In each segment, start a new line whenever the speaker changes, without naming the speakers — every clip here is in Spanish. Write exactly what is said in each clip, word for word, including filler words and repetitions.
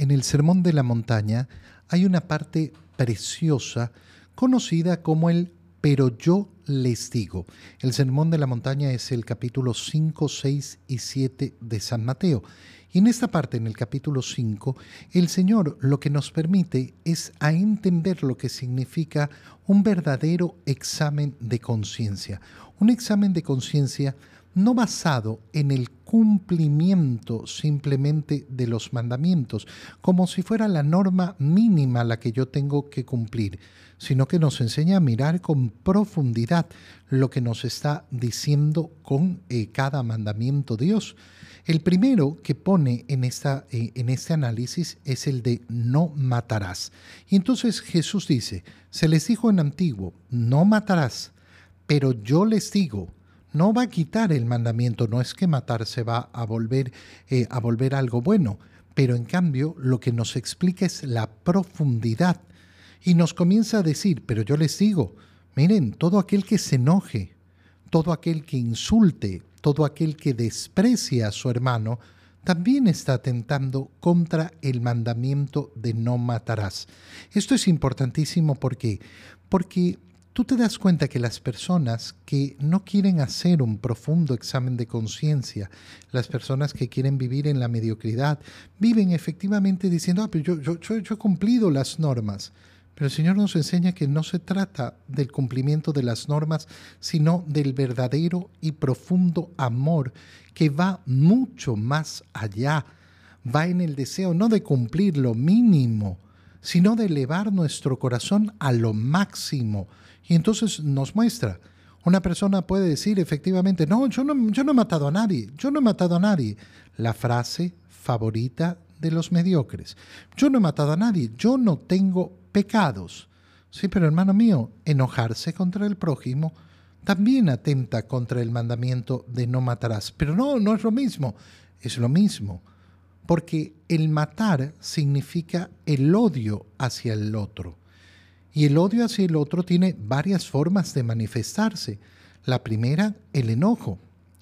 en el Sermón de la Montaña hay una parte preciosa conocida como el "pero yo les digo". El Sermón de la Montaña es el capítulo cinco, seis y siete de San Mateo. Y en esta parte, en el capítulo cinco, el Señor lo que nos permite es a entender lo que significa un verdadero examen de conciencia. Un examen de conciencia no basado en el cumplimiento simplemente de los mandamientos, como si fuera la norma mínima la que yo tengo que cumplir, sino que nos enseña a mirar con profundidad lo que nos está diciendo con eh, cada mandamiento Dios. El primero que pone en, esta, eh, en este análisis es el de no matarás. Y entonces Jesús dice, se les dijo en antiguo, no matarás, pero yo les digo, no va a quitar el mandamiento, no es que matar se va a volver, eh, a volver algo bueno, pero en cambio lo que nos explica es la profundidad y nos comienza a decir, pero yo les digo, miren, todo aquel que se enoje, todo aquel que insulte, todo aquel que desprecia a su hermano, también está atentando contra el mandamiento de no matarás. Esto es importantísimo porque, porque tú te das cuenta que las personas que no quieren hacer un profundo examen de conciencia, las personas que quieren vivir en la mediocridad, viven efectivamente diciendo, ah, pero yo, yo, yo, yo he cumplido las normas. Pero el Señor nos enseña que no se trata del cumplimiento de las normas, sino del verdadero y profundo amor que va mucho más allá. Va en el deseo no de cumplir lo mínimo, sino de elevar nuestro corazón a lo máximo. Y entonces nos muestra, una persona puede decir efectivamente, no, yo no, yo no he matado a nadie, yo no he matado a nadie. La frase favorita de los mediocres, yo no he matado a nadie, yo no tengo pecados. Sí, pero hermano mío, enojarse contra el prójimo también atenta contra el mandamiento de no matarás. Pero no, no es lo mismo, es lo mismo. Porque el matar significa el odio hacia el otro. Y el odio hacia el otro tiene varias formas de manifestarse. La primera, el enojo.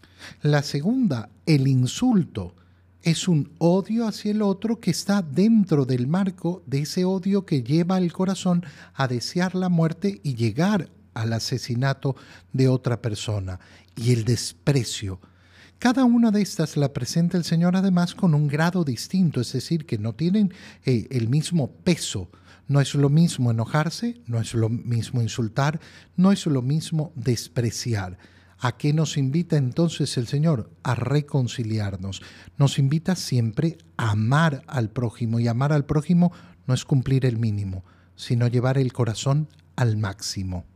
La segunda, el insulto. Es un odio hacia el otro que está dentro del marco de ese odio que lleva al corazón a desear la muerte y llegar al asesinato de otra persona. Y el desprecio. Cada una de estas la presenta el Señor además con un grado distinto, es decir, que no tienen eh, el mismo peso. No es lo mismo enojarse, no es lo mismo insultar, no es lo mismo despreciar. ¿A qué nos invita entonces el Señor? A reconciliarnos. Nos invita siempre a amar al prójimo, y amar al prójimo no es cumplir el mínimo, sino llevar el corazón al máximo.